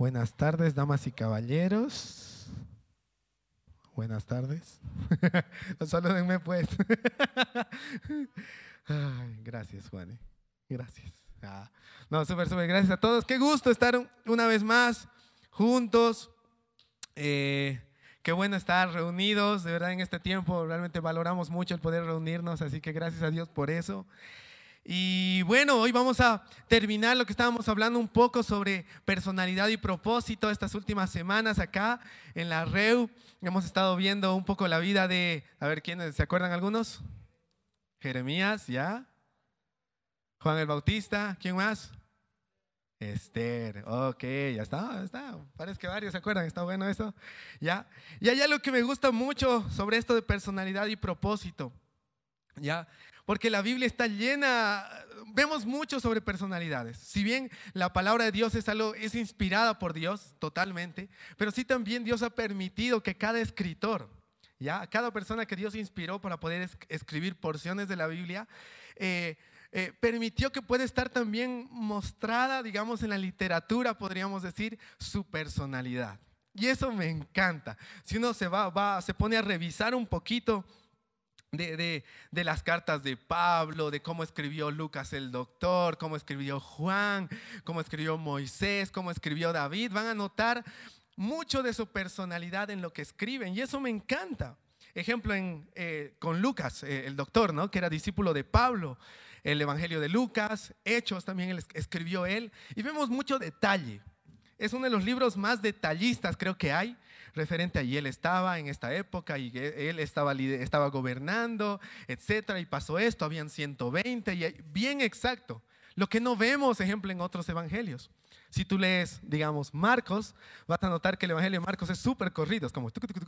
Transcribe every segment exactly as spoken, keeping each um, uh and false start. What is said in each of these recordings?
Buenas tardes, damas y caballeros. Buenas tardes. Salúdenme pues. Ay, gracias, Juan. Gracias. Ah, no, súper, súper, gracias a todos. Qué gusto estar una vez más juntos. Eh, qué bueno estar reunidos, de verdad en este tiempo realmente valoramos mucho el poder reunirnos, así que gracias a Dios por eso. Y bueno, hoy vamos a terminar lo que estábamos hablando un poco sobre personalidad y propósito estas últimas semanas acá en la R E U. Hemos estado viendo un poco la vida de, a ver, ¿quiénes se acuerdan algunos? Jeremías, ¿ya? Juan el Bautista, ¿quién más? Esther, ok, ya está, ya está, parece que varios se acuerdan, está bueno eso, ¿ya? Y hay algo que me gusta mucho sobre esto de personalidad y propósito, ¿ya? Porque la Biblia está llena, vemos mucho sobre personalidades. Si bien la palabra de Dios es algo, es inspirada por Dios totalmente, pero sí también Dios ha permitido que cada escritor, ya, cada persona que Dios inspiró para poder es, escribir porciones de la Biblia, eh, eh, permitió que pueda estar también mostrada, digamos, en la literatura, podríamos decir, su personalidad. Y eso me encanta. Si uno se va, va, se pone a revisar un poquito De, de, de las cartas de Pablo, de cómo escribió Lucas el doctor, cómo escribió Juan, cómo escribió Moisés, cómo escribió David, van a notar mucho de su personalidad en lo que escriben y eso me encanta. Ejemplo en, eh, con Lucas, eh, el doctor, ¿no? Que era discípulo de Pablo, el Evangelio de Lucas, Hechos también él escribió él y vemos mucho detalle. Es uno de los libros más detallistas creo que hay referente a y él estaba en esta época y él estaba, estaba gobernando, etcétera, y pasó esto, habían ciento veinte y bien exacto. Lo que no vemos, ejemplo, en otros evangelios. Si tú lees, digamos, Marcos, vas a notar que el evangelio de Marcos es súper corrido, es como,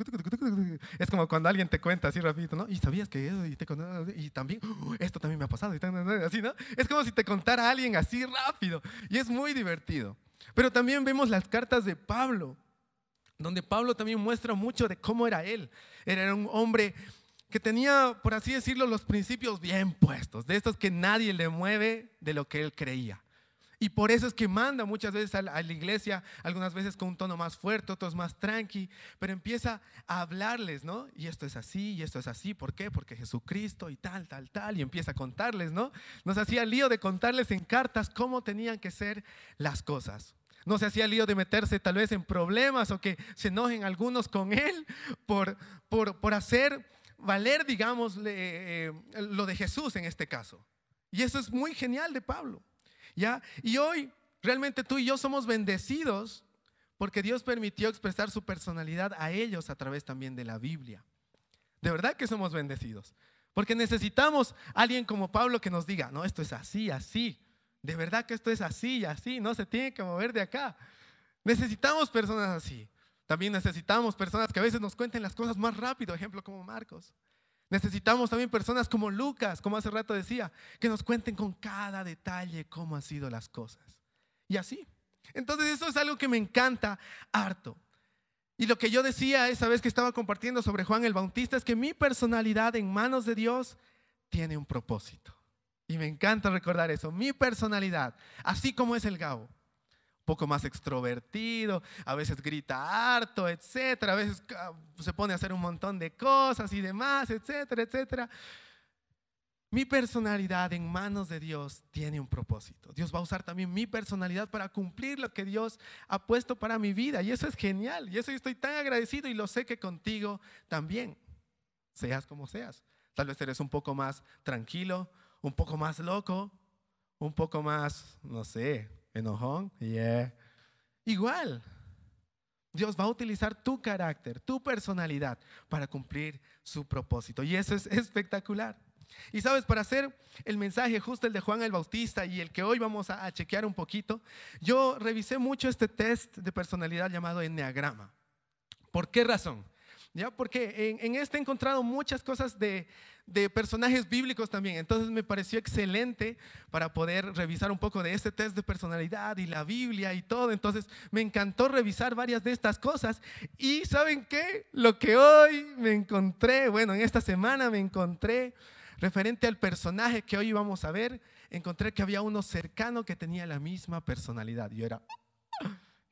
es como cuando alguien te cuenta así rapidito, ¿no? Y sabías que eso, y, te, y también, oh, esto también me ha pasado, y así, ¿no? Es como si te contara a alguien así rápido, y es muy divertido. Pero también vemos las cartas de Pablo, donde Pablo también muestra mucho de cómo era él. Era un hombre que tenía, por así decirlo, los principios bien puestos, de estos que nadie le mueve de lo que él creía. Y por eso es que manda muchas veces a la, a la iglesia, algunas veces con un tono más fuerte, otros más tranqui, pero empieza a hablarles, ¿no? Y esto es así, y esto es así, ¿por qué? Porque Jesucristo y tal, tal, tal, y empieza a contarles, ¿no? Nos hacía lío de contarles en cartas cómo tenían que ser las cosas. No se hacía lío de meterse tal vez en problemas o que se enojen algunos con él por, por, por hacer valer, digamos, eh, lo de Jesús en este caso. Y eso es muy genial de Pablo, ¿ya? Y hoy realmente tú y yo somos bendecidos porque Dios permitió expresar su personalidad a ellos a través también de la Biblia. De verdad que somos bendecidos, porque necesitamos a alguien como Pablo que nos diga, no, esto es así, así. De verdad que esto es así y así, no se tiene que mover de acá. Necesitamos personas así. También necesitamos personas que a veces nos cuenten las cosas más rápido, ejemplo como Marcos. Necesitamos también personas como Lucas, como hace rato decía, que nos cuenten con cada detalle cómo han sido las cosas. Y así. Entonces eso es algo que me encanta harto. Y lo que yo decía esa vez que estaba compartiendo sobre Juan el Bautista es que mi personalidad en manos de Dios tiene un propósito. Y me encanta recordar eso, mi personalidad, así como es el Gabo, un poco más extrovertido, a veces grita harto, etcétera, a veces se pone a hacer un montón de cosas y demás, etcétera, etcétera. Mi personalidad en manos de Dios tiene un propósito. Dios va a usar también mi personalidad para cumplir lo que Dios ha puesto para mi vida y eso es genial y eso yo estoy tan agradecido y lo sé que contigo también, seas como seas. Tal vez eres un poco más tranquilo, un poco más loco, un poco más, no sé, enojón, yeah. Igual, Dios va a utilizar tu carácter, tu personalidad para cumplir su propósito y eso es espectacular. Y sabes, para hacer el mensaje justo el de Juan el Bautista y el que hoy vamos a, a chequear un poquito, yo revisé mucho este test de personalidad llamado Enneagrama. ¿Por qué razón? ¿Ya? Porque en, en este he encontrado muchas cosas de, de personajes bíblicos también. Entonces me pareció excelente para poder revisar un poco de este test de personalidad y la Biblia y todo. Entonces me encantó revisar varias de estas cosas. Y ¿saben qué? Lo que hoy me encontré, bueno, en esta semana me encontré referente al personaje que hoy vamos a ver, encontré que había uno cercano que tenía la misma personalidad. Yo era,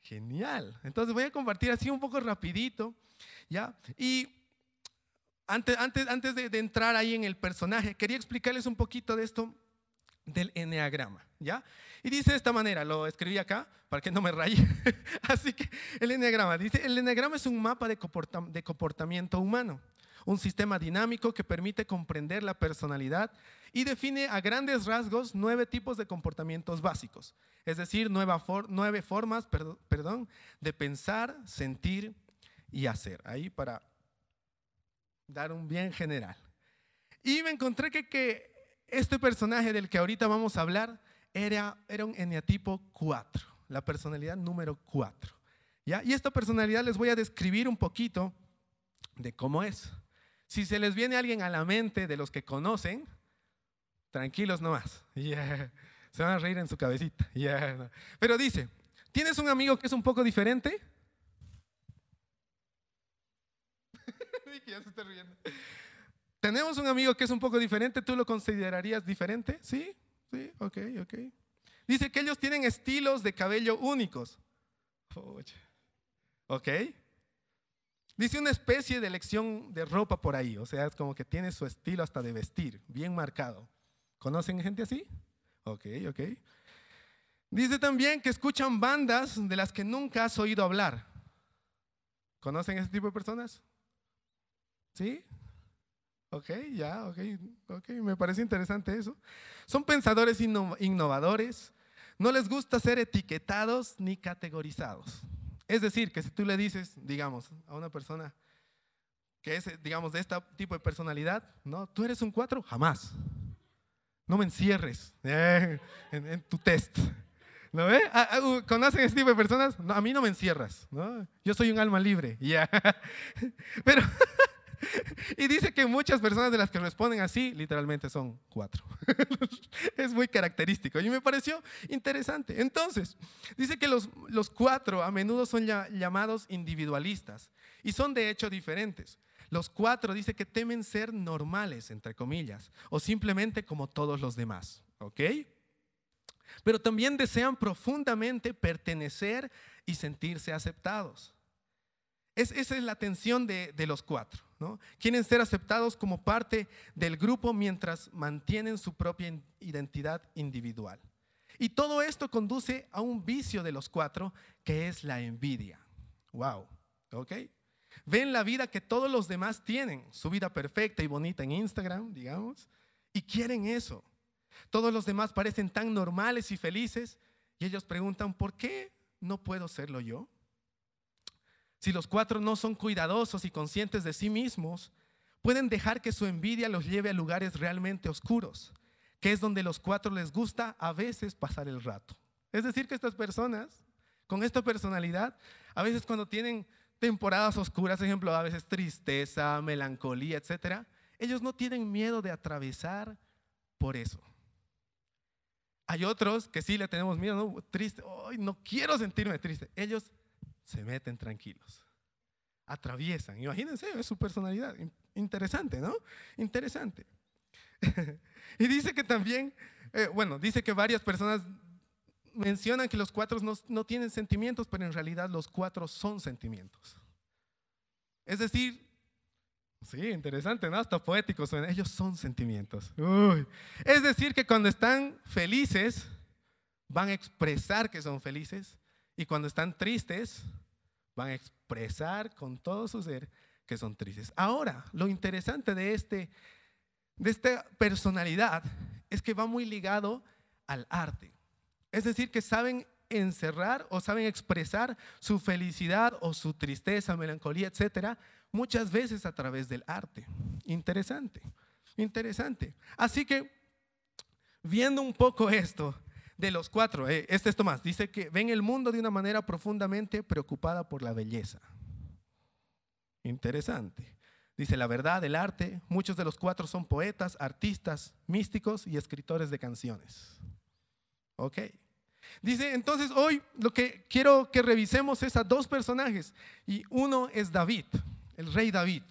Genial. Entonces voy a compartir así un poco rapidito, ¿ya? Y antes, antes, antes de, de entrar ahí en el personaje, quería explicarles un poquito de esto del eneagrama, ¿ya? Y dice de esta manera, lo escribí acá para que no me raye. Así que el eneagrama dice, el eneagrama es un mapa de comporta- de comportamiento humano, un sistema dinámico que permite comprender la personalidad y define a grandes rasgos nueve tipos de comportamientos básicos, es decir, nueve, for- nueve formas perdón, perdón, de pensar, sentir y hacer. Ahí para dar un bien general. Y me encontré que, que este personaje del que ahorita vamos a hablar era, era un eneatipo cuatro, la personalidad número cuatro. ¿Ya? Y esta personalidad les voy a describir un poquito de cómo es. Si se les viene alguien a la mente de los que conocen, tranquilos nomás. Yeah. Se van a reír en su cabecita. Yeah, no. Pero dice, ¿tienes un amigo que es un poco diferente? Ya se está riendo. Tenemos un amigo que es un poco diferente, ¿tú lo considerarías diferente? Sí, sí, ok, ok. Dice que ellos tienen estilos de cabello únicos. Ok. Dice una especie de elección de ropa por ahí, o sea, es como que tiene su estilo hasta de vestir, bien marcado. ¿Conocen gente así? Ok, ok. Dice también que escuchan bandas de las que nunca has oído hablar. ¿Conocen ese tipo de personas? ¿Sí? Ok, ya, ok, ok, me parece interesante eso. Son pensadores inno- innovadores, no les gusta ser etiquetados ni categorizados. Es decir, que si tú le dices, digamos, a una persona que es, digamos, de este tipo de personalidad, no, tú eres un cuatro, jamás. No me encierres eh, en, en tu test. ¿No ve? Ah, ah, ¿Conocen ese tipo de personas? No, a mí no me encierras, ¿no? Yo soy un alma libre, ya. Yeah. Pero y dice que muchas personas de las que responden así, literalmente son cuatro. Es muy característico y me pareció interesante. Entonces, dice que los, los cuatro a menudo son ya, llamados individualistas y son de hecho diferentes. Los cuatro dice que temen ser normales, entre comillas, o simplemente como todos los demás, ¿ok? Pero también desean profundamente pertenecer y sentirse aceptados. Es, esa es la tensión de, de los cuatro, ¿no? Quieren ser aceptados como parte del grupo mientras mantienen su propia identidad individual. Y todo esto conduce a un vicio de los cuatro, que es la envidia. Wow, ¿ok? Ven la vida que todos los demás tienen, su vida perfecta y bonita en Instagram, digamos, y quieren eso. Todos los demás parecen tan normales y felices y ellos preguntan, ¿por qué no puedo serlo yo? Si los cuatro no son cuidadosos y conscientes de sí mismos, pueden dejar que su envidia los lleve a lugares realmente oscuros, que es donde los cuatro les gusta a veces pasar el rato. Es decir, que estas personas, con esta personalidad, a veces cuando tienen temporadas oscuras, por ejemplo, a veces tristeza, melancolía, etcétera, ellos no tienen miedo de atravesar por eso. Hay otros que sí le tenemos miedo, ¿no? Triste, hoy no quiero sentirme triste. Ellos se meten tranquilos, atraviesan. Imagínense, es su personalidad. Interesante, ¿no? Interesante. Y dice que también, eh, bueno, dice que varias personas mencionan que los cuatro no, no tienen sentimientos, pero en realidad los cuatro son sentimientos. Es decir, sí, interesante, ¿no? Hasta poético suena. Ellos son sentimientos. Uy. Es decir, que cuando están felices, van a expresar que son felices. Y cuando están tristes, van a expresar con todo su ser que son tristes. Ahora, lo interesante de, este, de esta personalidad es que va muy ligado al arte. Es decir, que saben encerrar o saben expresar su felicidad o su tristeza, melancolía, etcétera, muchas veces a través del arte. Interesante, interesante. Así que, viendo un poco esto de los cuatro, eh, este es Tomás, dice que ven el mundo de una manera profundamente preocupada por la belleza. Interesante. Dice la verdad, el arte, muchos de los cuatro son poetas, artistas, místicos y escritores de canciones. Ok. Dice, entonces hoy lo que quiero que revisemos es a dos personajes y uno es David, el rey David,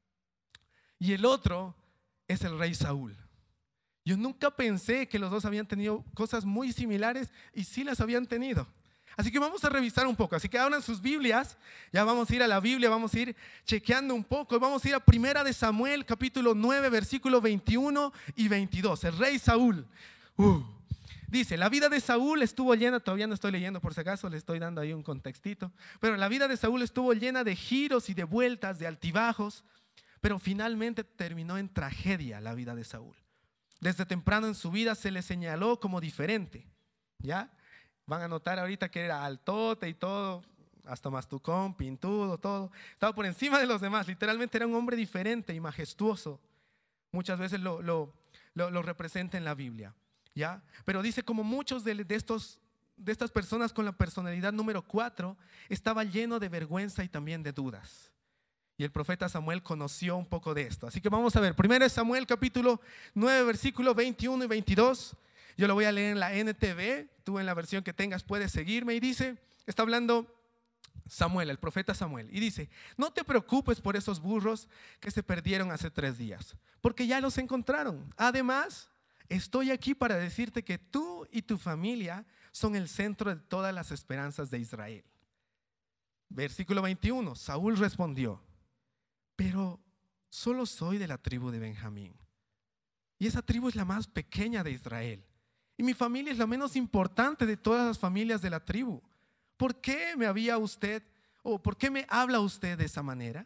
y el otro es el rey Saúl. Yo nunca pensé que los dos habían tenido cosas muy similares y sí las habían tenido. Así que vamos a revisar un poco. Así que abran sus Biblias, ya vamos a ir a la Biblia, vamos a ir chequeando un poco. Vamos a ir a Primera de Samuel, capítulo nueve, versículos veintiuno y veintidós. El rey Saúl. Uh. Dice, la vida de Saúl estuvo llena, todavía no estoy leyendo por si acaso, le estoy dando ahí un contextito, pero la vida de Saúl estuvo llena de giros y de vueltas, de altibajos, pero finalmente terminó en tragedia la vida de Saúl. Desde temprano en su vida se le señaló como diferente, ¿ya? Van a notar ahorita que era altote y todo, hasta mastucón, pintudo, todo, estaba por encima de los demás, literalmente era un hombre diferente y majestuoso. Muchas veces lo, lo, lo, lo representa en la Biblia. ¿Ya? Pero dice, como muchos de, de, estos, de estas personas con la personalidad número cuatro, estaba lleno de vergüenza y también de dudas. Y el profeta Samuel conoció un poco de esto. Así que vamos a ver, primero Samuel capítulo nueve, versículos veintiuno y veintidós. Yo lo voy a leer en la N T V, tú en la versión que tengas puedes seguirme. Y dice, está hablando Samuel, el profeta Samuel, y dice, no te preocupes por esos burros que se perdieron hace tres días, porque ya los encontraron. Además, estoy aquí para decirte que tú y tu familia son el centro de todas las esperanzas de Israel. Versículo veintiuno, Saúl respondió, pero solo soy de la tribu de Benjamín. Y esa tribu es la más pequeña de Israel. Y mi familia es la menos importante de todas las familias de la tribu. ¿Por qué me había usted, o por qué me habla usted de esa manera?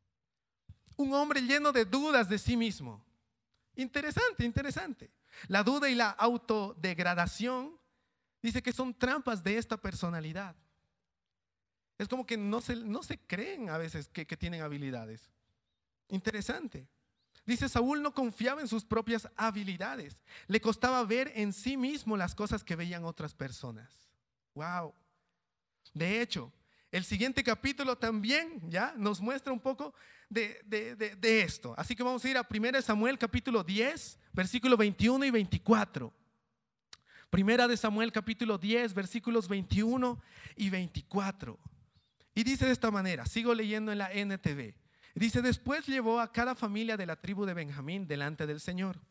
Un hombre lleno de dudas de sí mismo. Interesante, interesante. La duda y la autodegradación dice que son trampas de esta personalidad. Es como que no se, no se creen a veces que, que tienen habilidades. Interesante. Dice, Saúl no confiaba en sus propias habilidades. Le costaba ver en sí mismo las cosas que veían otras personas. Wow. De hecho, el siguiente capítulo también ya nos muestra un poco de, de, de, de esto. Así que vamos a ir a primera de Samuel capítulo diez, versículos veintiuno y veinticuatro. Primera de Samuel capítulo diez, versículos veintiuno y veinticuatro. Y dice de esta manera, sigo leyendo en la N T V. Dice, después llevó a cada familia de la tribu de Benjamín delante del Señor.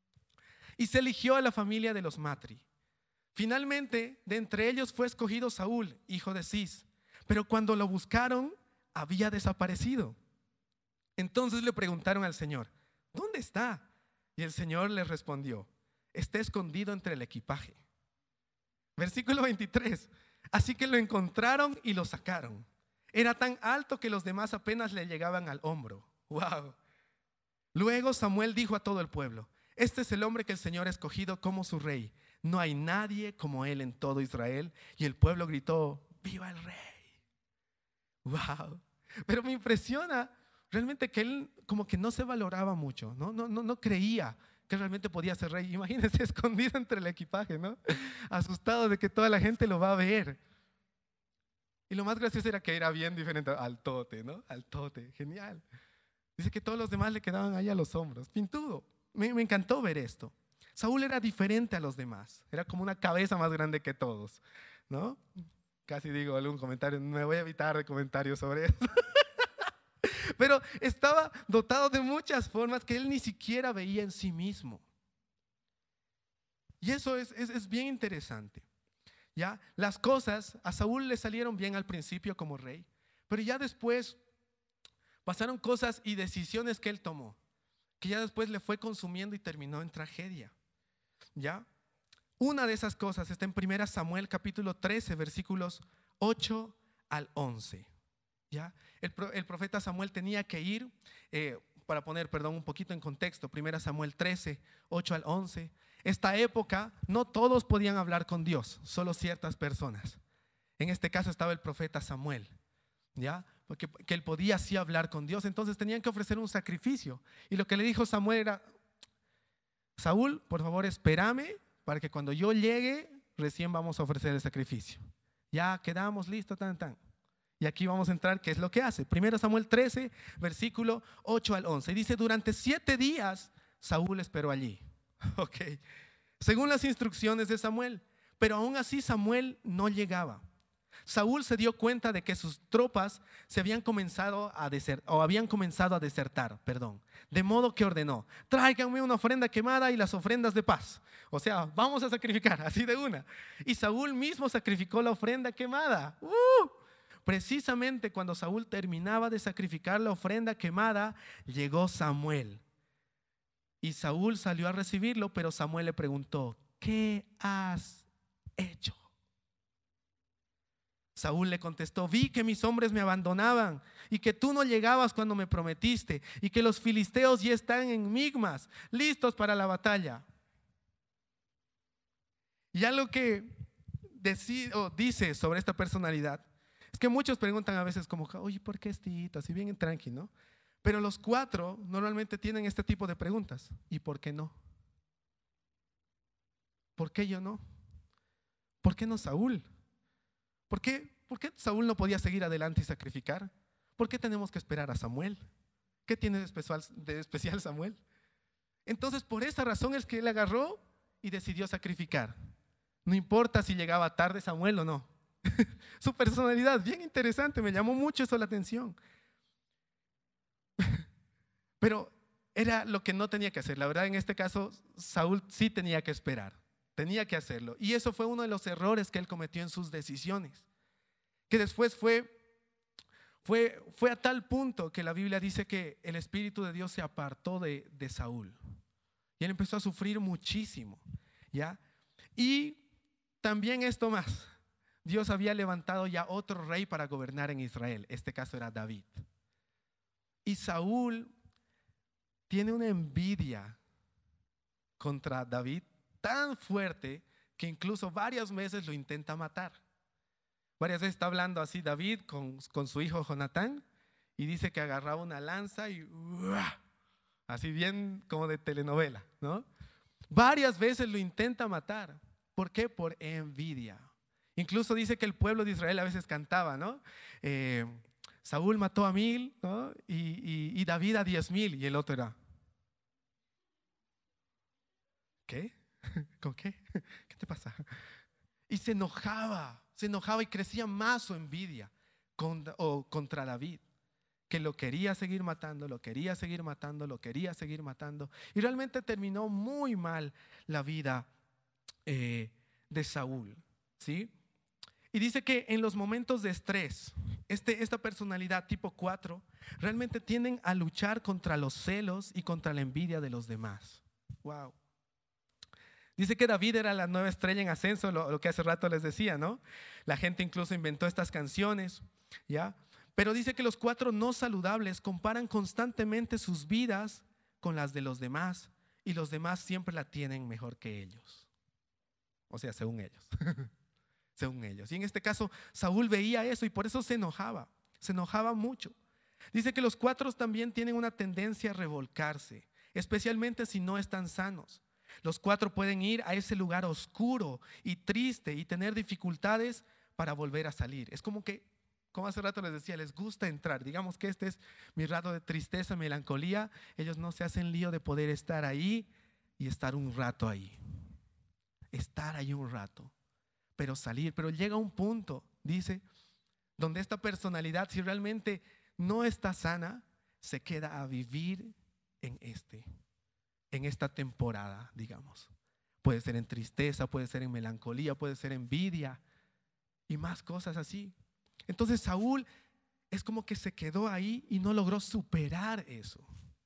Y se eligió a la familia de los Matri. Finalmente, de entre ellos fue escogido Saúl, hijo de Cis. Pero cuando lo buscaron, había desaparecido. Entonces le preguntaron al Señor, ¿dónde está? Y el Señor les respondió, está escondido entre el equipaje. Versículo veintitrés, así que lo encontraron y lo sacaron. Era tan alto que los demás apenas le llegaban al hombro. Wow. Luego Samuel dijo a todo el pueblo, este es el hombre que el Señor ha escogido como su rey. No hay nadie como él en todo Israel. Y el pueblo gritó, ¡viva el rey! Wow. Pero me impresiona realmente que él como que no se valoraba mucho, ¿no? No, no, no creía que realmente podía ser rey. Imagínense escondido entre el equipaje, ¿no? Asustado de que toda la gente lo va a ver. Y lo más gracioso era que era bien diferente al tote, ¿no? Al tote, genial. Dice que todos los demás le quedaban ahí a los hombros, pintudo. Me, me encantó ver esto. Saúl era diferente a los demás, era como una cabeza más grande que todos, ¿no? Casi digo algún comentario, me voy a evitar de comentarios sobre eso. Pero estaba dotado de muchas formas que él ni siquiera veía en sí mismo. Y eso es, es, es bien interesante. ¿Ya? Las cosas a Saúl le salieron bien al principio como rey, pero ya después pasaron cosas y decisiones que él tomó, que ya después le fue consumiendo y terminó en tragedia. ¿Ya? Una de esas cosas está en primera Samuel capítulo trece, versículos ocho al once. ¿Ya? El, el profeta Samuel tenía que ir, eh, para poner, perdón, un poquito en contexto, primera Samuel trece, ocho al once. Esta época no todos podían hablar con Dios, solo ciertas personas. En este caso estaba el profeta Samuel, ¿ya? Porque que él podía así hablar con Dios, entonces tenían que ofrecer un sacrificio. Y lo que le dijo Samuel era, Saúl, por favor espérame para que cuando yo llegue recién vamos a ofrecer el sacrificio. Ya quedamos listos, tan, tan. Y aquí vamos a entrar, ¿qué es lo que hace? primera Samuel trece, versículo ocho al once. Y dice, durante siete días Saúl esperó allí. Ok, según las instrucciones de Samuel, pero aún así Samuel no llegaba. Saúl se dio cuenta de que sus tropas se habían comenzado a desertar, o habían comenzado a desertar, perdón. De modo que ordenó: tráiganme una ofrenda quemada y las ofrendas de paz. O sea, vamos a sacrificar, así de una. Y Saúl mismo sacrificó la ofrenda quemada. ¡Uh! Precisamente cuando Saúl terminaba de sacrificar la ofrenda quemada, llegó Samuel. Y Saúl salió a recibirlo, pero Samuel le preguntó: ¿qué has hecho? Saúl le contestó: vi que mis hombres me abandonaban y que tú no llegabas cuando me prometiste, y que los filisteos ya están en Migmas, listos para la batalla. Y algo que decido, dice sobre esta personalidad es que muchos preguntan a veces como: oye, ¿por qué es Tito? Así bien tranqui, ¿no? Pero los cuatro normalmente tienen este tipo de preguntas: ¿y por qué no? ¿Por qué yo no? ¿Por qué no Saúl? ¿Por qué, ¿Por qué Saúl no podía seguir adelante y sacrificar? ¿Por qué tenemos que esperar a Samuel? ¿Qué tiene de especial, de especial Samuel? Entonces, por esa razón es que él agarró y decidió sacrificar. No importa si llegaba tarde Samuel o no. Su personalidad, bien interesante, me llamó mucho eso la atención. Pero era lo que no tenía que hacer. La verdad, en este caso, Saúl sí tenía que esperar. Tenía que hacerlo. Y eso fue uno de los errores que él cometió en sus decisiones. Que después fue, fue, fue a tal punto que la Biblia dice que el Espíritu de Dios se apartó de, de Saúl. Y él empezó a sufrir muchísimo, ¿ya? Y también esto más. Dios había levantado ya otro rey para gobernar en Israel. Este caso era David. Y Saúl tiene una envidia contra David tan fuerte que incluso varias veces lo intenta matar. Varias veces está hablando así David con, con su hijo Jonatán y dice que agarraba una lanza y ¡uah! Así bien como de telenovela, ¿no? Varias veces lo intenta matar. ¿Por qué? Por envidia. Incluso dice que el pueblo de Israel a veces cantaba, ¿no? Eh, Saúl mató a mil, ¿no? y, y, y David a diez mil, y el otro era: ¿qué? ¿Con qué? ¿Qué te pasa? Y se enojaba, se enojaba y crecía más su envidia contra, o contra David, que lo quería seguir matando, lo quería seguir matando, lo quería seguir matando. Y realmente terminó muy mal la vida eh, de Saúl, ¿sí? Y dice que en los momentos de estrés, este, esta personalidad tipo cuatro realmente tienden a luchar contra los celos y contra la envidia de los demás. Wow. Dice que David era la nueva estrella en ascenso, lo, lo que hace rato les decía, ¿no? La gente incluso inventó estas canciones, ¿ya? Pero dice que los cuatro no saludables comparan constantemente sus vidas con las de los demás, y los demás siempre la tienen mejor que ellos. O sea, según ellos. Según ellos. Y en este caso, Saúl veía eso y por eso se enojaba, se enojaba mucho. Dice que los cuatro también tienen una tendencia a revolcarse, especialmente si no están sanos. Los cuatro pueden ir a ese lugar oscuro y triste y tener dificultades para volver a salir. Es como que, como hace rato les decía, les gusta entrar. Digamos que este es mi rato de tristeza, melancolía. Ellos no se hacen lío de poder estar ahí y estar un rato ahí. Estar ahí un rato, pero salir. Pero llega un punto, dice, donde esta personalidad, si realmente no está sana, se queda a vivir en este en esta temporada, digamos. Puede ser en tristeza, puede ser en melancolía, puede ser envidia y más cosas así. Entonces Saúl es como que se quedó ahí y no logró superar eso.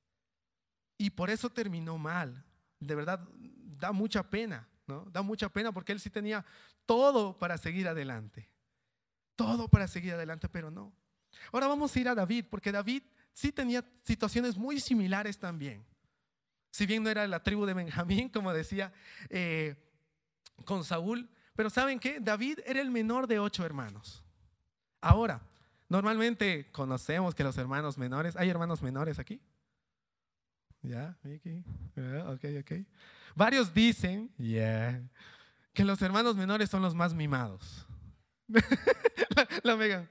Y por eso terminó mal. De verdad, da mucha pena, ¿no? Da mucha pena porque él sí tenía todo para seguir adelante. Todo para seguir adelante, pero no. Ahora vamos a ir a David, porque David sí tenía situaciones muy similares también. Si bien no era la tribu de Benjamín, como decía eh, con Saúl, pero ¿saben qué? David era el menor de ocho hermanos. Ahora, normalmente conocemos que los hermanos menores, ¿hay hermanos menores aquí? ¿Ya? ¿Aquí? Yeah, ok, ok. Varios dicen, yeah, que los hermanos menores son los más mimados. la, la Megan.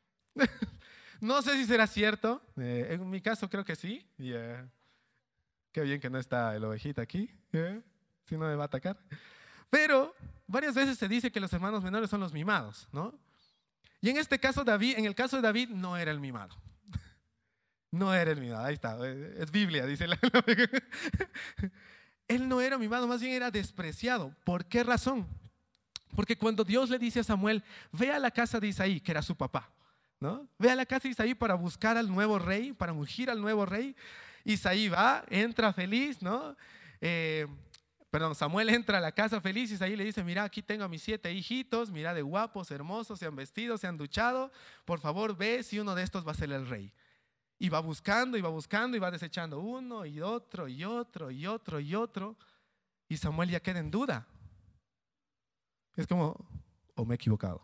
No sé si será cierto, eh, en mi caso creo que sí. Yeah. Qué bien que no está el ovejita aquí, ¿eh? Si no me va a atacar. Pero varias veces se dice que los hermanos menores son los mimados, ¿no? Y en este caso David, en el caso de David, no era el mimado. No era el mimado, ahí está, es Biblia, dice la... Él no era mimado, más bien era despreciado. ¿Por qué razón? Porque cuando Dios le dice a Samuel, ve a la casa de Isaí, que era su papá, ¿no? Ve a la casa de Isaí para buscar al nuevo rey, para ungir al nuevo rey. Isaí va, entra feliz, ¿no? Eh, perdón, Samuel entra a la casa feliz y Isaí le dice, mira, aquí tengo a mis siete hijitos, mira de guapos, hermosos, se han vestido, se han duchado, por favor ve si uno de estos va a ser el rey. Y va buscando, y va buscando, y va desechando uno, y otro, y otro, y otro, y otro. Y Samuel ya queda en duda. Es como, o me he equivocado.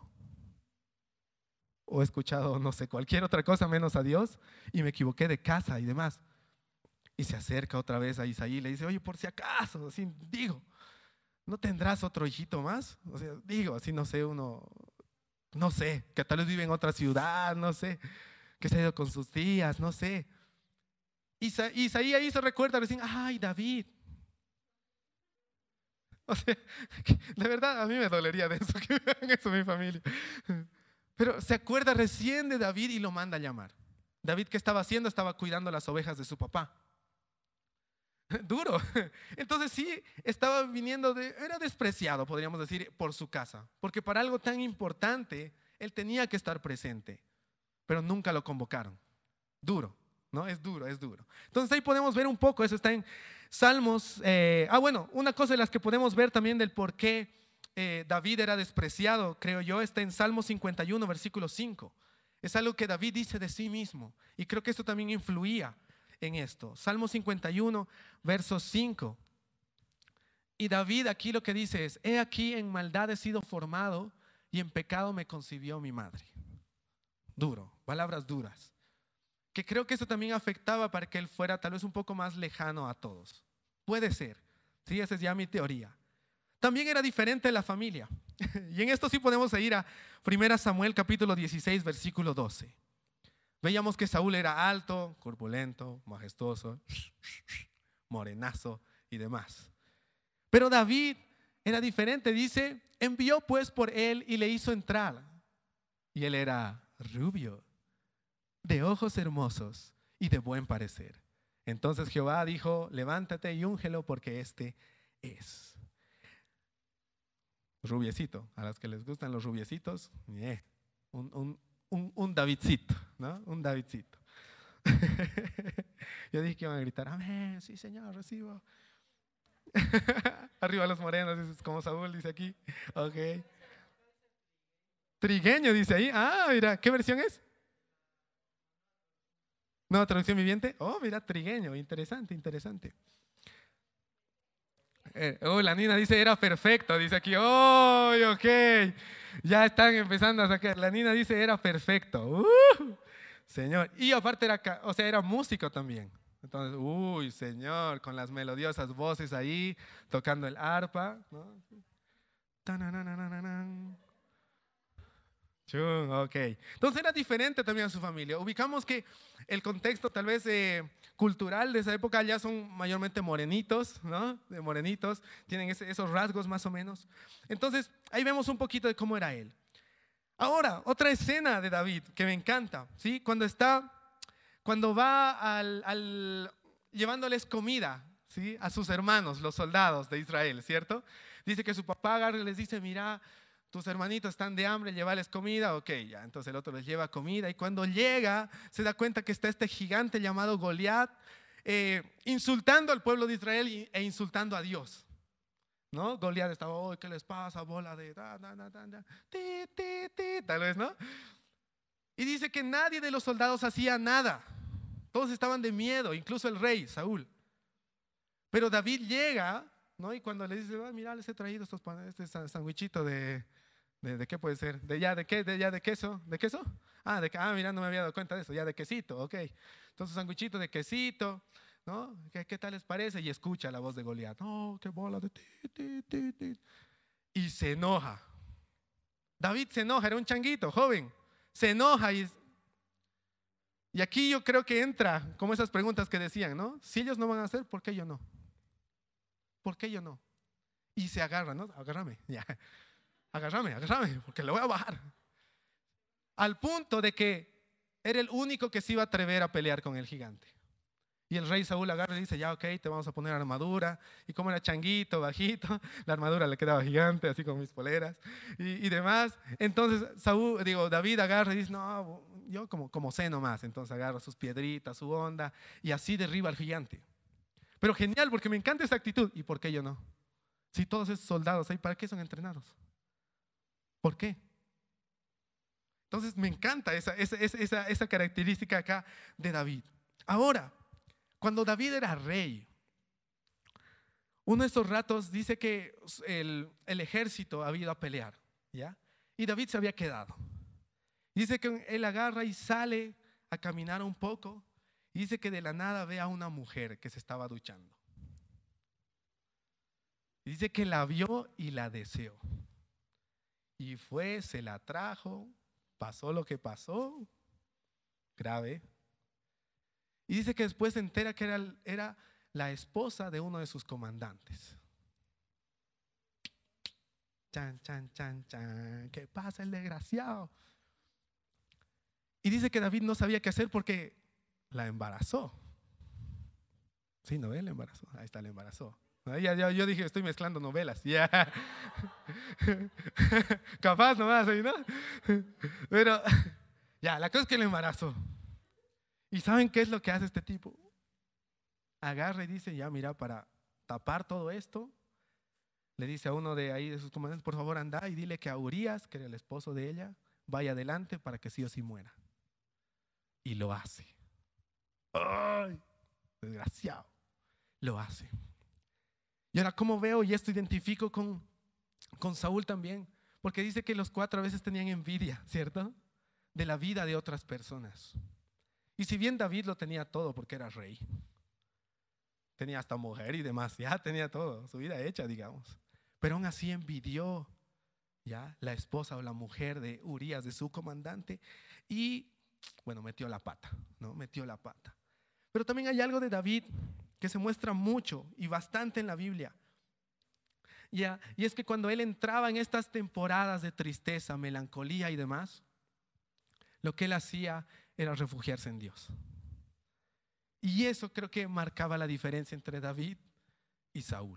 O he escuchado, no sé, cualquier otra cosa menos a Dios, y me equivoqué de casa y demás. Y se acerca otra vez a Isaí y le dice, oye, por si acaso, así digo, ¿no tendrás otro hijito más? O sea, digo, así no sé, uno, no sé, que tal vez vive en otra ciudad, no sé, que se ha ido con sus tías, no sé. Isa, Isaí ahí se recuerda recién, ay, David. O sea, de verdad a mí me dolería de eso, que vean eso mi familia. Pero se acuerda recién de David y lo manda a llamar. David, ¿qué estaba haciendo? Estaba cuidando las ovejas de su papá. Duro. Entonces sí, estaba viniendo de, era despreciado, podríamos decir, por su casa. Porque para algo tan importante, él tenía que estar presente. Pero nunca lo convocaron. Duro, ¿no? Es duro, es duro. Entonces ahí podemos ver un poco, eso está en Salmos. Eh, ah, bueno, una cosa de las que podemos ver también del por qué eh, David era despreciado, creo yo, está en Salmo cincuenta y uno, versículo cinco. Es algo que David dice de sí mismo. Y creo que esto también influía en esto. Salmo cincuenta y uno, verso cinco. Y David aquí lo que dice es, he aquí en maldad he sido formado y en pecado me concibió mi madre. Duro, palabras duras, que creo que eso también afectaba para que él fuera tal vez un poco más lejano a todos. Puede ser, sí, esa es ya mi teoría. También era diferente la familia. Y en esto sí podemos ir a primera Samuel capítulo dieciséis, versículo doce. Veíamos que Saúl era alto, corpulento, majestuoso, morenazo y demás. Pero David era diferente, dice, envió pues por él y le hizo entrar. Y él era rubio, de ojos hermosos y de buen parecer. Entonces Jehová dijo, levántate y úngelo porque este es. Rubiecito, a los que les gustan los rubiecitos, yeah, un, un, un, un Davidcito, ¿no? Un Davidcito. Yo dije que iban a gritar, amén, sí señor, recibo. Arriba los morenos, dices, como Saúl dice aquí. Ok. Trigueño dice ahí. Ah, mira, ¿qué versión es? No, traducción viviente. Oh, mira, trigueño, interesante, interesante. Eh, oh, la Nina dice era perfecto, dice aquí. Oh, ok. Ya están empezando a sacar. La Nina dice era perfecto. Uh, señor. Y aparte era, o sea, era músico también. Entonces, uy, señor, con las melodiosas voces ahí, tocando el arpa, ¿no? Ok, entonces era diferente también a su familia. Ubicamos que el contexto tal vez eh, cultural de esa época ya son mayormente morenitos, ¿no? De morenitos, tienen ese, esos rasgos más o menos. Entonces ahí vemos un poquito de cómo era él. Ahora, otra escena de David que me encanta, ¿sí? Cuando está, cuando va al, al, llevándoles comida, ¿sí? A sus hermanos, los soldados de Israel, ¿cierto? Dice que su papá agarra y les dice, mira, tus hermanitos están de hambre, llévales comida. Ok, ya, entonces el otro les lleva comida y cuando llega se da cuenta que está este gigante llamado Goliat eh, insultando al pueblo de Israel e insultando a Dios, ¿no? Goliat estaba, oh, ¿qué les pasa? Bola de da, da, da, da, da, ti, ti, ti, tal vez, ¿no? Y dice que nadie de los soldados hacía nada, todos estaban de miedo, incluso el rey Saúl. Pero David llega, ¿no? Y cuando le dice, oh, mira, les he traído estos pan, este sandwichito de ¿De, ¿De qué puede ser? ¿De ya de qué? ¿De ya de queso? ¿De queso? Ah, de, ah, mira, no me había dado cuenta de eso, ya de quesito, ok. Entonces, sanguichito de quesito, ¿no? ¿Qué, qué tal les parece? Y escucha la voz de Goliat. No, qué bola de ti, ti, ti, ti. Y se enoja. David se enoja, era un changuito, joven. Se enoja y, y aquí yo creo que entra como esas preguntas que decían, ¿no? Si ellos no van a hacer, ¿por qué yo no? ¿Por qué yo no? Y se agarra, ¿no? Agárrame, ya. Agárrame, agárrame, porque le voy a bajar. al punto de que era el único que se iba a atrever a pelear con el gigante. Y el rey Saúl agarra y dice, ya ok, te vamos a poner armadura. Y como era changuito, bajito, la armadura le quedaba gigante, así como mis poleras y, y demás. Entonces Saúl, digo, David agarra y dice, no, yo como, como sé nomás. Entonces agarra sus piedritas, su onda y así derriba al gigante. Pero genial, porque me encanta esa actitud. ¿Y por qué yo no? Si todos esos soldados ahí, ¿para qué son entrenados? ¿Por qué? Entonces me encanta esa, esa, esa, esa característica acá de David. Ahora, cuando David era rey, uno de esos ratos dice que el, el ejército había ido a pelear, ¿ya? Y David se había quedado. Dice que él agarra y sale a caminar un poco. Y dice que de la nada ve a una mujer que se estaba duchando. Y dice que la vio y la deseó. Y fue, se la trajo, pasó lo que pasó, grave. Y dice que después se entera que era, era la esposa de uno de sus comandantes. Chan, chan, chan, chan. ¿Qué pasa el desgraciado? Y dice que David no sabía qué hacer porque la embarazó. Sí, ¿no ve? La embarazó. Ahí está, la embarazó. Ya, ya, yo dije, estoy mezclando novelas. Ya. Capaz nomás, ¿no? Pero ya, la cosa es que la embarazó. ¿Y saben qué es lo que hace este tipo? Agarra y dice, ya mira, para tapar todo esto, le dice a uno de ahí de sus comandantes, por favor anda y dile que a Urías, que era el esposo de ella, vaya adelante para que sí o sí muera. Y lo hace. ¡Ay! Desgraciado. Lo hace. Y ahora, ¿cómo veo? Y esto identifico con, con Saúl también, porque dice que los cuatro a veces tenían envidia, ¿cierto? De la vida de otras personas. Y si bien David lo tenía todo porque era rey, tenía hasta mujer y demás, ya tenía todo, su vida hecha, digamos. Pero aún así envidió ya la esposa o la mujer de Urías, de su comandante, y bueno, metió la pata, ¿no? Metió la pata. Pero también hay algo de David que se muestra mucho y bastante en la Biblia. Ya, y es que cuando él entraba en estas temporadas de tristeza, melancolía y demás, lo que él hacía era refugiarse en Dios. Y eso creo que marcaba la diferencia entre David y Saúl.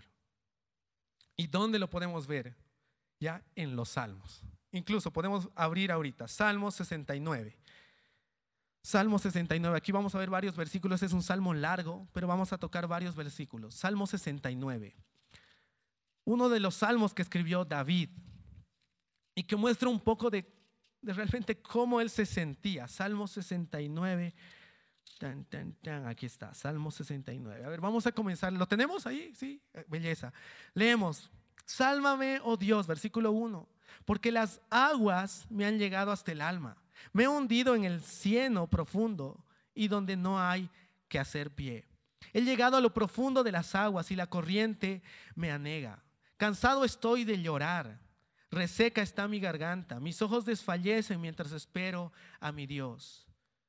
¿Y dónde lo podemos ver? Ya en los Salmos. Incluso podemos abrir ahorita Salmo sesenta y nueve. Salmo sesenta y nueve, aquí vamos a ver varios versículos, es un salmo largo, pero vamos a tocar varios versículos. Salmo sesenta y nueve, uno de los salmos que escribió David y que muestra un poco de, de realmente cómo él se sentía. Salmo sesenta y nueve, tan, tan, tan, aquí está, Salmo sesenta y nueve. A ver, vamos a comenzar, ¿lo tenemos ahí? Sí, belleza. Leemos, sálvame, oh Dios, versículo uno, porque las aguas me han llegado hasta el alma. Me he hundido en el cieno profundo y donde no hay que hacer pie. He llegado a lo profundo de las aguas y la corriente me anega. Cansado estoy de llorar, reseca está mi garganta. Mis ojos desfallecen mientras espero a mi Dios.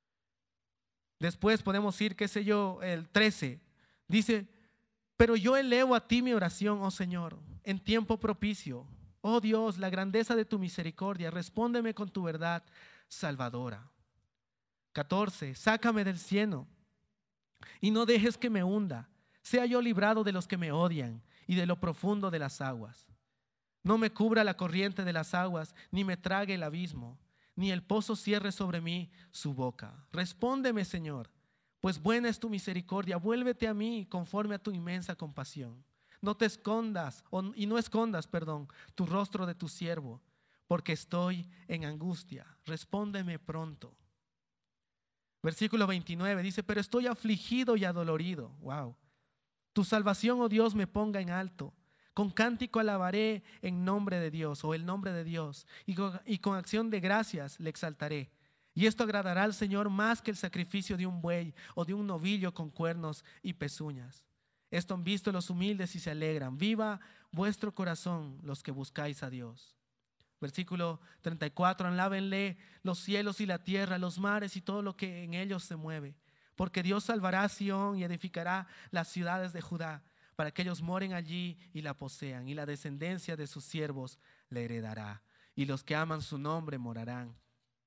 Después podemos ir, qué sé yo, el trece. Dice, pero yo elevo a ti mi oración, oh Señor, en tiempo propicio. Oh Dios, la grandeza de tu misericordia, respóndeme con tu verdad salvadora. catorce. Sácame del cieno y no dejes que me hunda. Sea yo librado de los que me odian y de lo profundo de las aguas. No me cubra la corriente de las aguas, ni me trague el abismo, ni el pozo cierre sobre mí su boca. Respóndeme, Señor, pues buena es tu misericordia. Vuélvete a mí conforme a tu inmensa compasión. No te escondas, y no escondas, perdón, tu rostro de tu siervo, porque estoy en angustia. Respóndeme pronto. Versículo veintinueve dice, pero estoy afligido y adolorido. Wow. Tu salvación, oh Dios, me ponga en alto. Con cántico alabaré en nombre de Dios o el nombre de Dios, y con, y con acción de gracias le exaltaré. Y esto agradará al Señor más que el sacrificio de un buey o de un novillo con cuernos y pezuñas. Esto han visto los humildes y se alegran. Viva vuestro corazón los que buscáis a Dios. Versículo treinta y cuatro, alábenle los cielos y la tierra, los mares y todo lo que en ellos se mueve. Porque Dios salvará a Sión y edificará las ciudades de Judá, para que ellos moren allí y la posean, y la descendencia de sus siervos la heredará, y los que aman su nombre morarán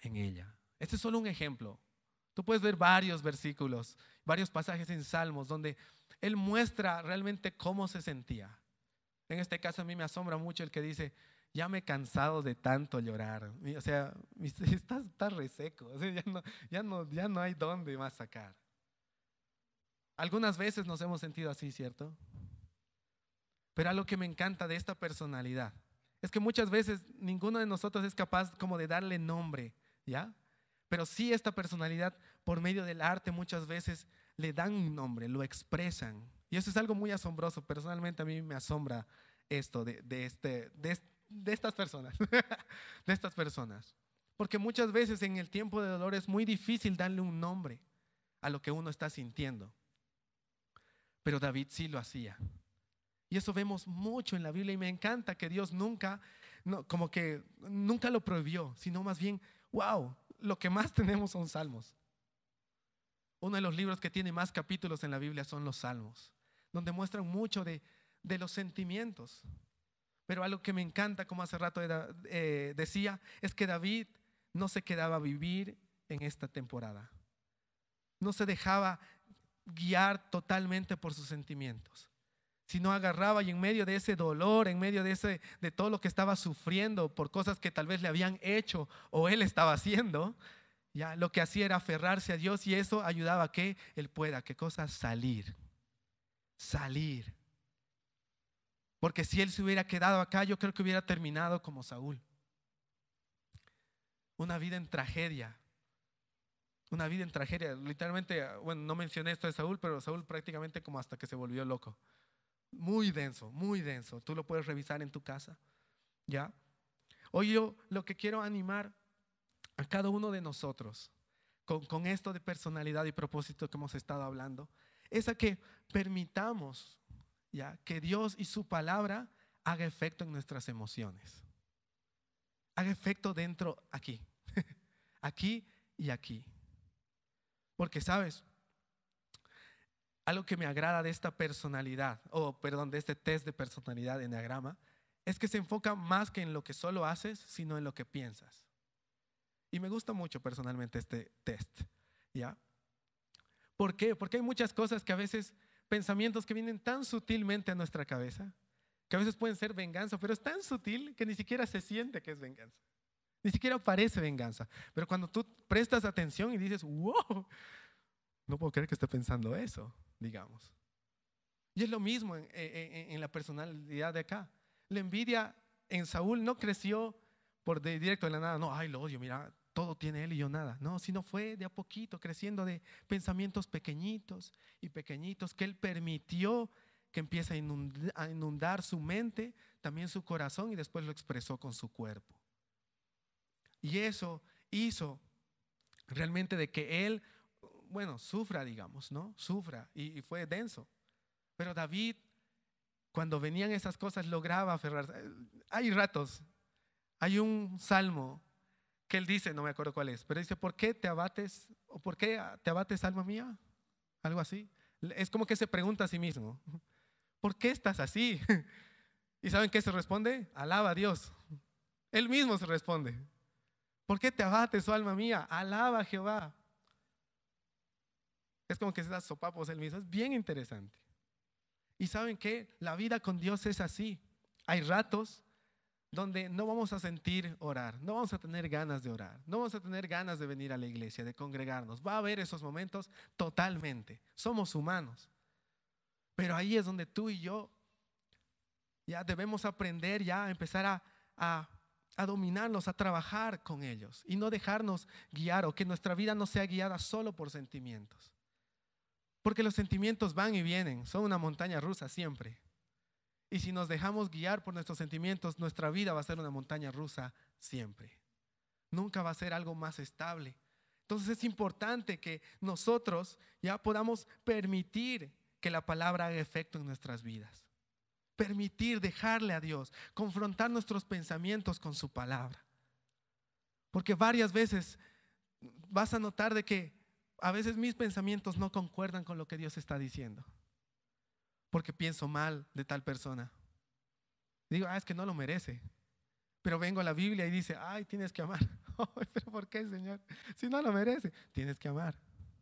en ella. Este es solo un ejemplo. Tú puedes ver varios versículos, varios pasajes en Salmos donde él muestra realmente cómo se sentía. En este caso a mí me asombra mucho el que dice, ya me he cansado de tanto llorar. O sea, está, está reseco. O sea, ya, no, ya, no, ya no hay dónde más sacar. Algunas veces nos hemos sentido así, ¿cierto? Pero algo que me encanta de esta personalidad es que muchas veces ninguno de nosotros es capaz como de darle nombre, ¿ya? Pero sí esta personalidad por medio del arte muchas veces le dan un nombre, lo expresan. Y eso es algo muy asombroso. Personalmente a mí me asombra esto de, de, este, de, de estas personas, de estas personas. Porque muchas veces en el tiempo de dolor es muy difícil darle un nombre a lo que uno está sintiendo. Pero David sí lo hacía. Y eso vemos mucho en la Biblia y me encanta que Dios nunca, no, como que nunca lo prohibió, sino más bien, wow, lo que más tenemos son salmos. Uno de los libros que tiene más capítulos en la Biblia son los salmos, donde muestran mucho de, de los sentimientos. Pero algo que me encanta, como hace rato eh, decía, es que David no se quedaba a vivir en esta temporada. No se dejaba guiar totalmente por sus sentimientos, sino agarraba y en medio de ese dolor, en medio de, ese, de todo lo que estaba sufriendo por cosas que tal vez le habían hecho o él estaba haciendo, ya lo que hacía era aferrarse a Dios y eso ayudaba a que él pueda, ¿qué cosa? Salir, salir. Porque si él se hubiera quedado acá, yo creo que hubiera terminado como Saúl. Una vida en tragedia. Una vida en tragedia. Literalmente, bueno, no mencioné esto de Saúl, pero Saúl prácticamente como hasta que se volvió loco. Muy denso, muy denso. Tú lo puedes revisar en tu casa, ¿ya? Hoy yo lo que quiero animar a cada uno de nosotros con, con esto de personalidad y propósito que hemos estado hablando, es a que permitamos, ¿ya?, que Dios y su palabra haga efecto en nuestras emociones. Haga efecto dentro, aquí, aquí y aquí. Porque, ¿sabes? Algo que me agrada de esta personalidad, o perdón, de este test de personalidad en Enneagrama, es que se enfoca más que en lo que solo haces, sino en lo que piensas. Y me gusta mucho personalmente este test, ¿ya? ¿Por qué? Porque hay muchas cosas que a veces, pensamientos que vienen tan sutilmente a nuestra cabeza, que a veces pueden ser venganza, pero es tan sutil que ni siquiera se siente que es venganza. Ni siquiera parece venganza. Pero cuando tú prestas atención y dices, wow, no puedo creer que esté pensando eso, digamos. Y es lo mismo en, en, en la personalidad de acá. La envidia en Saúl no creció por de directo de la nada. No, ay, lo odio, mira, todo tiene él y yo nada. No, sino fue de a poquito, creciendo de pensamientos pequeñitos y pequeñitos que él permitió que empiece a inundar, a inundar su mente, también su corazón, y después lo expresó con su cuerpo. Y eso hizo realmente de que él, bueno, sufra, digamos, ¿no? Sufra, y, y fue denso. Pero David, cuando venían esas cosas, lograba aferrarse. Hay ratos, hay un salmo que él dice, no me acuerdo cuál es, pero dice, ¿por qué te abates? ¿O por qué te abates, alma mía? Algo así. Es como que se pregunta a sí mismo, ¿por qué estás así? ¿Y saben qué se responde? Alaba a Dios. Él mismo se responde. ¿Por qué te abates, oh alma mía? Alaba a Jehová. Es como que se da sopapos él mismo. Es bien interesante. Y ¿saben qué? La vida con Dios es así. Hay ratos donde no vamos a sentir orar, no vamos a tener ganas de orar, no vamos a tener ganas de venir a la iglesia, de congregarnos. Va a haber esos momentos totalmente. Somos humanos. Pero ahí es donde tú y yo ya debemos aprender ya a empezar a, a, a dominarlos, a trabajar con ellos y no dejarnos guiar, o que nuestra vida no sea guiada solo por sentimientos. Porque los sentimientos van y vienen, son una montaña rusa siempre. Y si nos dejamos guiar por nuestros sentimientos, nuestra vida va a ser una montaña rusa siempre. Nunca va a ser algo más estable. Entonces es importante que nosotros ya podamos permitir que la palabra haga efecto en nuestras vidas. Permitir, dejarle a Dios, confrontar nuestros pensamientos con su palabra. Porque varias veces vas a notar de que a veces mis pensamientos no concuerdan con lo que Dios está diciendo. Porque pienso mal de tal persona. Digo, ah, es que no lo merece. Pero vengo a la Biblia y dice, ay, tienes que amar. ¿Pero por qué, Señor? Si no lo merece, tienes que amar.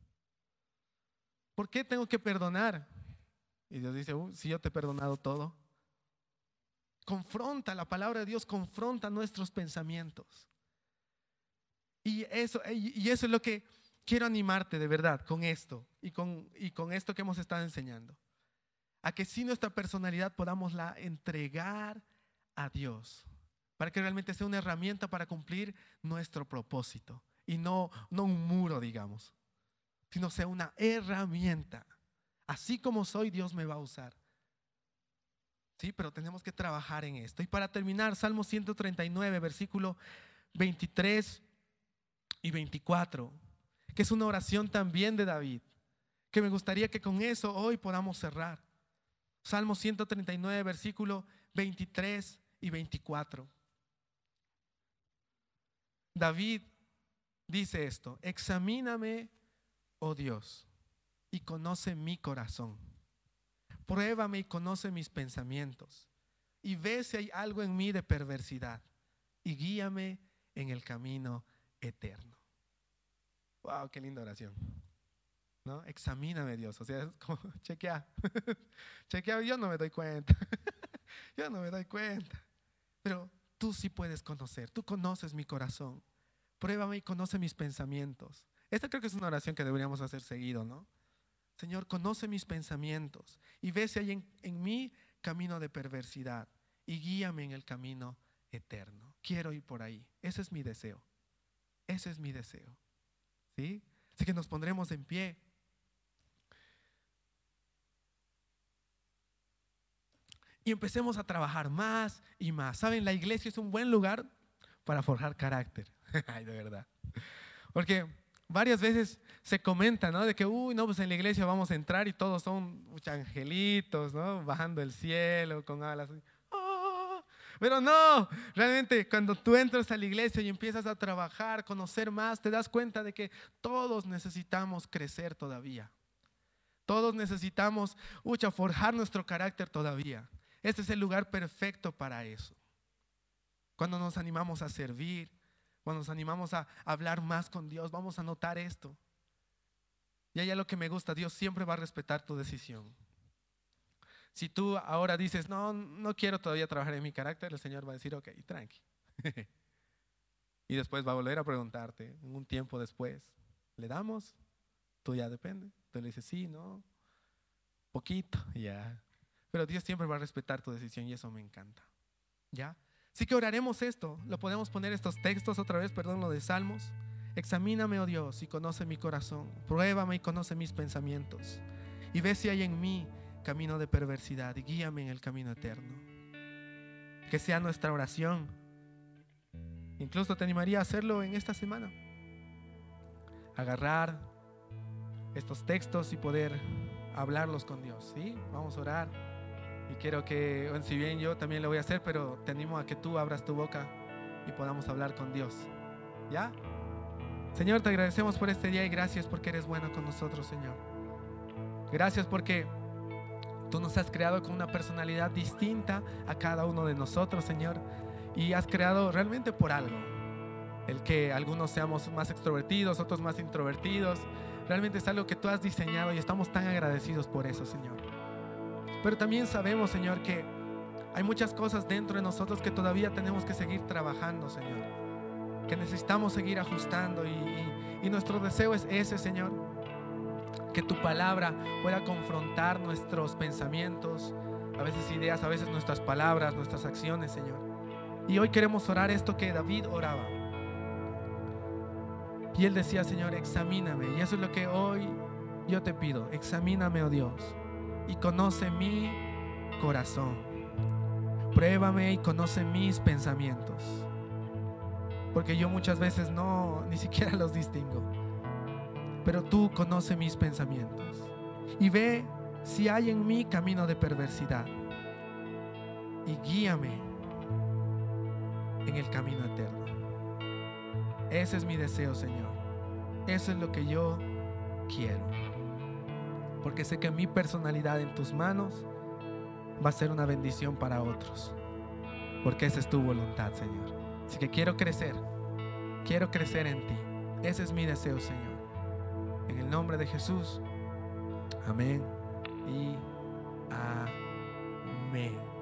¿Por qué tengo que perdonar? Y Dios dice, uh, si yo te he perdonado todo. Confronta, la palabra de Dios confronta nuestros pensamientos. Y eso, y eso es lo que quiero animarte de verdad con esto y con, y con esto que hemos estado enseñando. A que si nuestra personalidad podamos la entregar a Dios, para que realmente sea una herramienta para cumplir nuestro propósito y no, no un muro, digamos, sino sea una herramienta. Así como soy, Dios me va a usar. Sí, pero tenemos que trabajar en esto. Y para terminar, Salmo ciento treinta y nueve, versículo veintitrés y veinticuatro, que es una oración también de David, que me gustaría que con eso hoy podamos cerrar. Salmo ciento treinta y nueve, versículo veintitrés y veinticuatro. David dice esto: examíname, oh Dios, y conoce mi corazón. Pruébame y conoce mis pensamientos, y ve si hay algo en mí de perversidad, y guíame en el camino eterno. Wow, qué linda oración, ¿no? Examíname, Dios. O sea, es como chequea. Chequea, yo no me doy cuenta. Yo no me doy cuenta. Pero tú sí puedes conocer. Tú conoces mi corazón. Pruébame y conoce mis pensamientos. Esta creo que es una oración que deberíamos hacer seguido, ¿no? Señor, conoce mis pensamientos y ve si hay en, en mí camino de perversidad, y guíame en el camino eterno. Quiero ir por ahí. Ese es mi deseo. Ese es mi deseo. ¿Sí? Así que nos pondremos en pie. Y empecemos a trabajar más y más. ¿Saben? La iglesia es un buen lugar para forjar carácter. Ay, de verdad. Porque varias veces se comenta, ¿no? De que, uy, no, pues en la iglesia vamos a entrar y todos son muchos angelitos, ¿no? Bajando del cielo con alas. ¡Oh! Pero no, realmente cuando tú entras a la iglesia y empiezas a trabajar, conocer más, te das cuenta de que todos necesitamos crecer todavía. Todos necesitamos, ucha, forjar nuestro carácter todavía. Este es el lugar perfecto para eso. Cuando nos animamos a servir, cuando nos animamos a hablar más con Dios, vamos a notar esto. Y hay algo que me gusta: Dios siempre va a respetar tu decisión. Si tú ahora dices, no, no quiero todavía trabajar en mi carácter, el Señor va a decir, ok, tranqui. Y después va a volver a preguntarte, un tiempo después, ¿le damos? Tú ya depende. Tú le dices, sí, no, poquito, ya. Pero Dios siempre va a respetar tu decisión y eso me encanta. ¿Ya? Así que oraremos esto. Lo podemos poner estos textos otra vez, perdón, lo de Salmos. Examíname, oh Dios, y conoce mi corazón. Pruébame y conoce mis pensamientos. Y ve si hay en mí camino de perversidad, y guíame en el camino eterno. Que sea nuestra oración. Incluso te animaría a hacerlo en esta semana. Agarrar estos textos y poder hablarlos con Dios, ¿sí? Vamos a orar. Y quiero que, bueno, si bien yo también lo voy a hacer, pero te animo a que tú abras tu boca y podamos hablar con Dios. ¿Ya? Señor, te agradecemos por este día y gracias porque eres bueno con nosotros, Señor. Gracias porque tú nos has creado con una personalidad distinta a cada uno de nosotros, Señor. Y has creado realmente por algo. El que algunos seamos más extrovertidos, otros más introvertidos. Realmente es algo que tú has diseñado y estamos tan agradecidos por eso, Señor. Pero también sabemos, Señor, que hay muchas cosas dentro de nosotros que todavía tenemos que seguir trabajando, Señor. Que necesitamos seguir ajustando y, y, y nuestro deseo es ese, Señor. Que tu palabra pueda confrontar nuestros pensamientos, a veces ideas, a veces nuestras palabras, nuestras acciones, Señor. Y hoy queremos orar esto que David oraba. Y él decía, Señor, examíname. Y eso es lo que hoy yo te pido. Examíname, oh Dios, y conoce mi corazón. Pruébame y conoce mis pensamientos. Porque yo muchas veces no, ni siquiera los distingo. Pero tú conoces mis pensamientos. Y ve si hay en mí camino de perversidad. Y guíame en el camino eterno. Ese es mi deseo, Señor. Eso es lo que yo quiero. Porque sé que mi personalidad en tus manos va a ser una bendición para otros. Porque esa es tu voluntad, Señor. Así que quiero crecer. Quiero crecer en ti. Ese es mi deseo, Señor. En el nombre de Jesús. Amén y amén.